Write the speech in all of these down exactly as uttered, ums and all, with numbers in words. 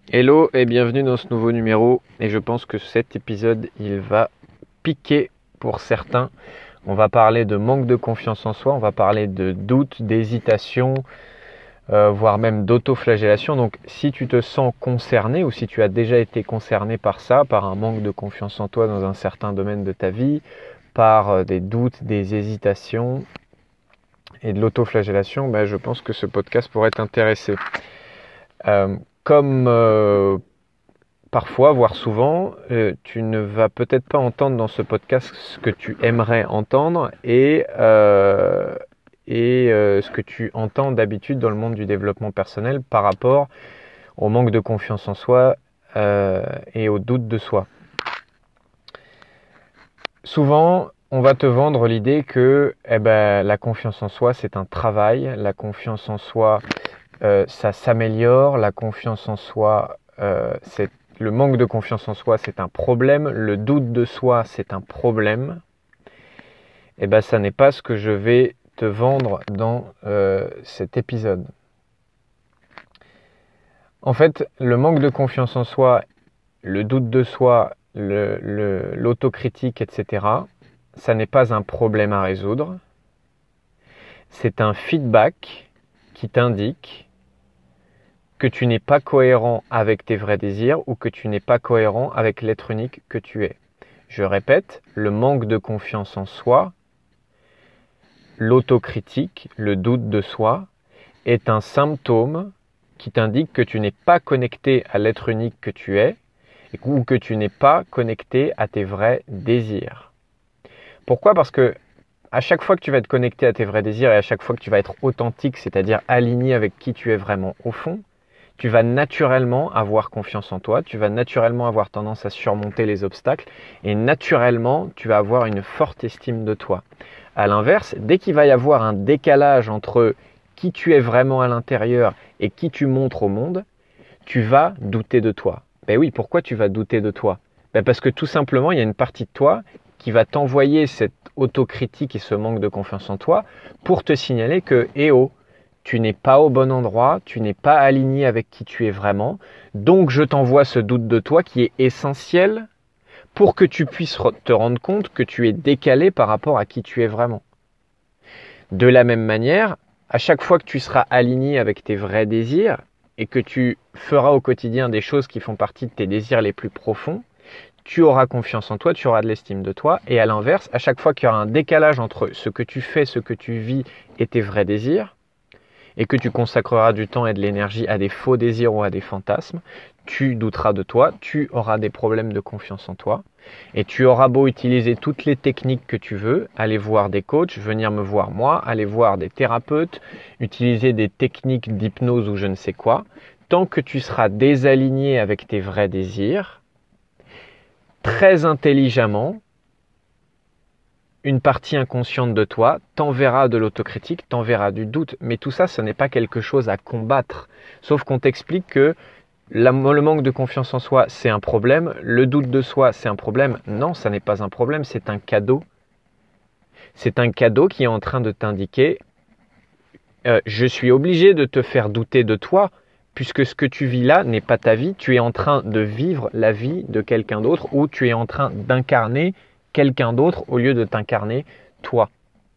Hello et bienvenue dans ce nouveau numéro, et je pense que cet épisode il va piquer pour certains. On va parler de manque de confiance en soi, on va parler de doute, d'hésitation, euh, voire même d'autoflagellation. Donc si tu te sens concerné ou si tu as déjà été concerné par ça, par un manque de confiance en toi dans un certain domaine de ta vie, par euh, des doutes, des hésitations et de l'autoflagellation, ben, je pense que ce podcast pourrait t'intéresser. Euh, comme euh, parfois, voire souvent, euh, tu ne vas peut-être pas entendre dans ce podcast ce que tu aimerais entendre et, euh, et euh, ce que tu entends d'habitude dans le monde du développement personnel par rapport au manque de confiance en soi euh, et au doute de soi. Souvent, on va te vendre l'idée que eh ben, la confiance en soi, c'est un travail, la confiance en soi, euh, ça s'améliore, la confiance en soi, euh, c'est le manque de confiance en soi, c'est un problème. Le doute de soi, c'est un problème. Et bien, ça n'est pas ce que je vais te vendre dans euh, cet épisode. En fait, le manque de confiance en soi, le doute de soi, le, le, l'autocritique, et cetera, ça n'est pas un problème à résoudre. C'est un feedback qui t'indique que tu n'es pas cohérent avec tes vrais désirs ou que tu n'es pas cohérent avec l'être unique que tu es. Je répète, le manque de confiance en soi, l'autocritique, le doute de soi, est un symptôme qui t'indique que tu n'es pas connecté à l'être unique que tu es ou que tu n'es pas connecté à tes vrais désirs. Pourquoi ? Parce que à chaque fois que tu vas être connecté à tes vrais désirs et à chaque fois que tu vas être authentique, c'est-à-dire aligné avec qui tu es vraiment au fond, tu vas naturellement avoir confiance en toi, tu vas naturellement avoir tendance à surmonter les obstacles et naturellement, tu vas avoir une forte estime de toi. À l'inverse, dès qu'il va y avoir un décalage entre qui tu es vraiment à l'intérieur et qui tu montres au monde, tu vas douter de toi. Ben oui, pourquoi tu vas douter de toi ? Ben parce que tout simplement, il y a une partie de toi qui va t'envoyer cette autocritique et ce manque de confiance en toi pour te signaler que, eh oh, tu n'es pas au bon endroit, tu n'es pas aligné avec qui tu es vraiment, donc je t'envoie ce doute de toi qui est essentiel pour que tu puisses te rendre compte que tu es décalé par rapport à qui tu es vraiment. De la même manière, à chaque fois que tu seras aligné avec tes vrais désirs et que tu feras au quotidien des choses qui font partie de tes désirs les plus profonds, tu auras confiance en toi, tu auras de l'estime de toi. Et à l'inverse, à chaque fois qu'il y aura un décalage entre ce que tu fais, ce que tu vis et tes vrais désirs, et que tu consacreras du temps et de l'énergie à des faux désirs ou à des fantasmes, tu douteras de toi, tu auras des problèmes de confiance en toi, et tu auras beau utiliser toutes les techniques que tu veux, aller voir des coachs, venir me voir moi, aller voir des thérapeutes, utiliser des techniques d'hypnose ou je ne sais quoi, tant que tu seras désaligné avec tes vrais désirs, très intelligemment, une partie inconsciente de toi t'enverra de l'autocritique, t'enverra du doute. Mais tout ça, ce n'est pas quelque chose à combattre. Sauf qu'on t'explique que la, le manque de confiance en soi, c'est un problème. Le doute de soi, c'est un problème. Non, ça n'est pas un problème, c'est un cadeau. C'est un cadeau qui est en train de t'indiquer euh, je suis obligé de te faire douter de toi, puisque ce que tu vis là n'est pas ta vie. Tu es en train de vivre la vie de quelqu'un d'autre ou tu es en train d'incarner quelqu'un d'autre au lieu de t'incarner toi.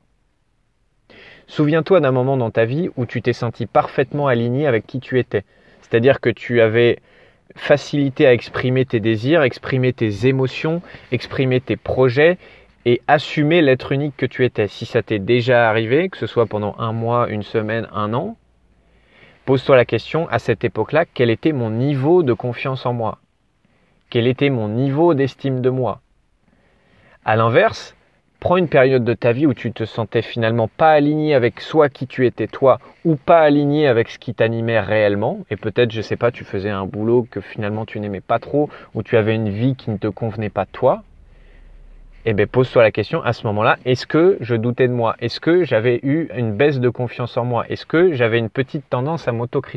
Souviens-toi d'un moment dans ta vie où tu t'es senti parfaitement aligné avec qui tu étais. C'est-à-dire que tu avais facilité à exprimer tes désirs, exprimer tes émotions, exprimer tes projets et assumer l'être unique que tu étais. Si ça t'est déjà arrivé, que ce soit pendant un mois, une semaine, un an, pose-toi la question, à cette époque-là, quel était mon niveau de confiance en moi ? Quel était mon niveau d'estime de moi ? À l'inverse, prends une période de ta vie où tu te sentais finalement pas aligné avec soit qui tu étais toi ou pas aligné avec ce qui t'animait réellement. Et peut-être, je sais pas, tu faisais un boulot que finalement tu n'aimais pas trop ou tu avais une vie qui ne te convenait pas toi. Eh bien, pose-toi la question à ce moment-là, est-ce que je doutais de moi ? Est-ce que j'avais eu une baisse de confiance en moi ? Est-ce que j'avais une petite tendance à m'autocritiquer ?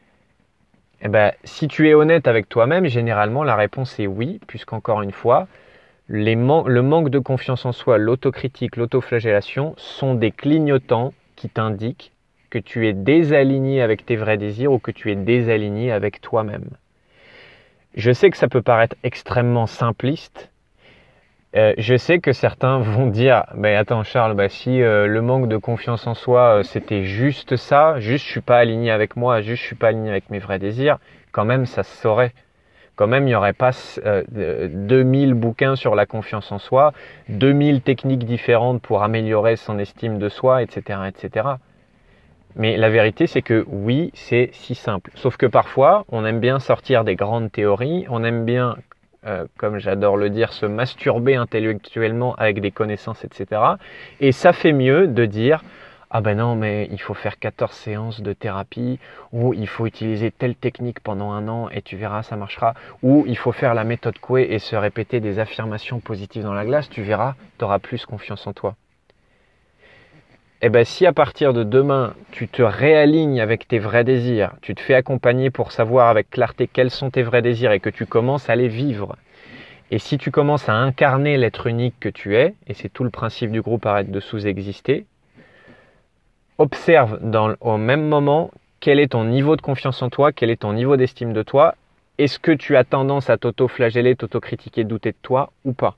Eh bien, si tu es honnête avec toi-même, généralement la réponse est oui, puisqu'encore une fois, Les man- le manque de confiance en soi, l'autocritique, l'autoflagellation sont des clignotants qui t'indiquent que tu es désaligné avec tes vrais désirs ou que tu es désaligné avec toi-même. Je sais que ça peut paraître extrêmement simpliste. Euh, je sais que certains vont dire « Mais attends Charles, bah, si euh, le manque de confiance en soi, euh, c'était juste ça, juste je suis pas aligné avec moi, juste je suis pas aligné avec mes vrais désirs, quand même ça se saurait. Quand même, il n'y aurait pas euh, deux mille bouquins sur la confiance en soi, deux mille techniques différentes pour améliorer son estime de soi, et cetera, et cetera » Mais la vérité, c'est que oui, c'est si simple. Sauf que parfois, on aime bien sortir des grandes théories, on aime bien, euh, comme j'adore le dire, se masturber intellectuellement avec des connaissances, et cetera. Et ça fait mieux de dire « Ah ben non, mais il faut faire quatorze séances de thérapie, ou il faut utiliser telle technique pendant un an et tu verras, ça marchera. Ou il faut faire la méthode Coué et se répéter des affirmations positives dans la glace, tu verras, tu auras plus confiance en toi. » Eh bien, si à partir de demain, tu te réalignes avec tes vrais désirs, tu te fais accompagner pour savoir avec clarté quels sont tes vrais désirs et que tu commences à les vivre, et si tu commences à incarner l'être unique que tu es, et c'est tout le principe du groupe Arrête de sous-exister, observe dans, au même moment quel est ton niveau de confiance en toi, quel est ton niveau d'estime de toi, est-ce que tu as tendance à t'auto-flageller, t'auto-critiquer, douter de toi ou pas.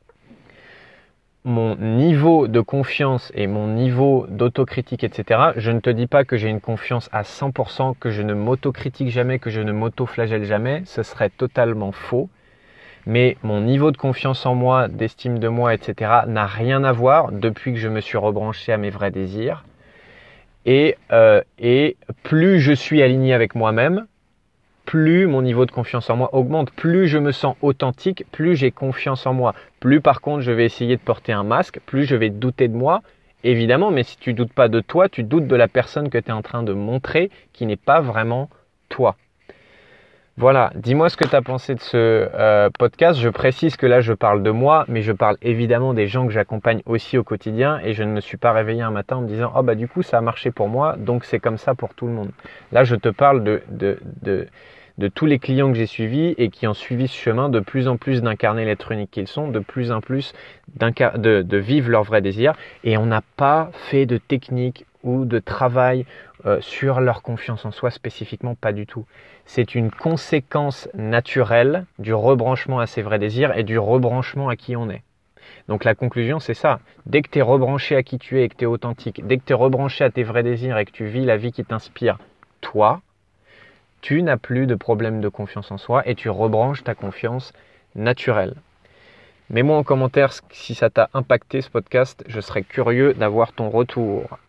Mon niveau de confiance et mon niveau d'autocritique, et cetera, je ne te dis pas que j'ai une confiance à cent pour cent, que je ne m'autocritique jamais, que je ne m'auto-flagelle jamais, ce serait totalement faux. Mais mon niveau de confiance en moi, d'estime de moi, et cetera n'a rien à voir depuis que je me suis rebranché à mes vrais désirs. Et, euh, et plus je suis aligné avec moi-même, plus mon niveau de confiance en moi augmente, plus je me sens authentique, plus j'ai confiance en moi. Plus par contre je vais essayer de porter un masque, plus je vais douter de moi, évidemment, mais si tu doutes pas de toi, tu doutes de la personne que tu es en train de montrer qui n'est pas vraiment toi. Voilà, dis-moi ce que tu as pensé de ce euh, podcast. Je précise que là je parle de moi, mais je parle évidemment des gens que j'accompagne aussi au quotidien et je ne me suis pas réveillé un matin en me disant « Oh bah du coup ça a marché pour moi, donc c'est comme ça pour tout le monde ». Là je te parle de... de, de de tous les clients que j'ai suivis et qui ont suivi ce chemin de plus en plus d'incarner l'être unique qu'ils sont, de plus en plus de, de vivre leur vrai désir. Et on n'a pas fait de technique ou de travail euh, sur leur confiance en soi spécifiquement, pas du tout. C'est une conséquence naturelle du rebranchement à ses vrais désirs et du rebranchement à qui on est. Donc la conclusion, c'est ça. Dès que tu es rebranché à qui tu es et que tu es authentique, dès que tu es rebranché à tes vrais désirs et que tu vis la vie qui t'inspire, toi, tu n'as plus de problème de confiance en soi et tu rebranches ta confiance naturelle. Mets-moi en commentaire si ça t'a impacté ce podcast, je serais curieux d'avoir ton retour.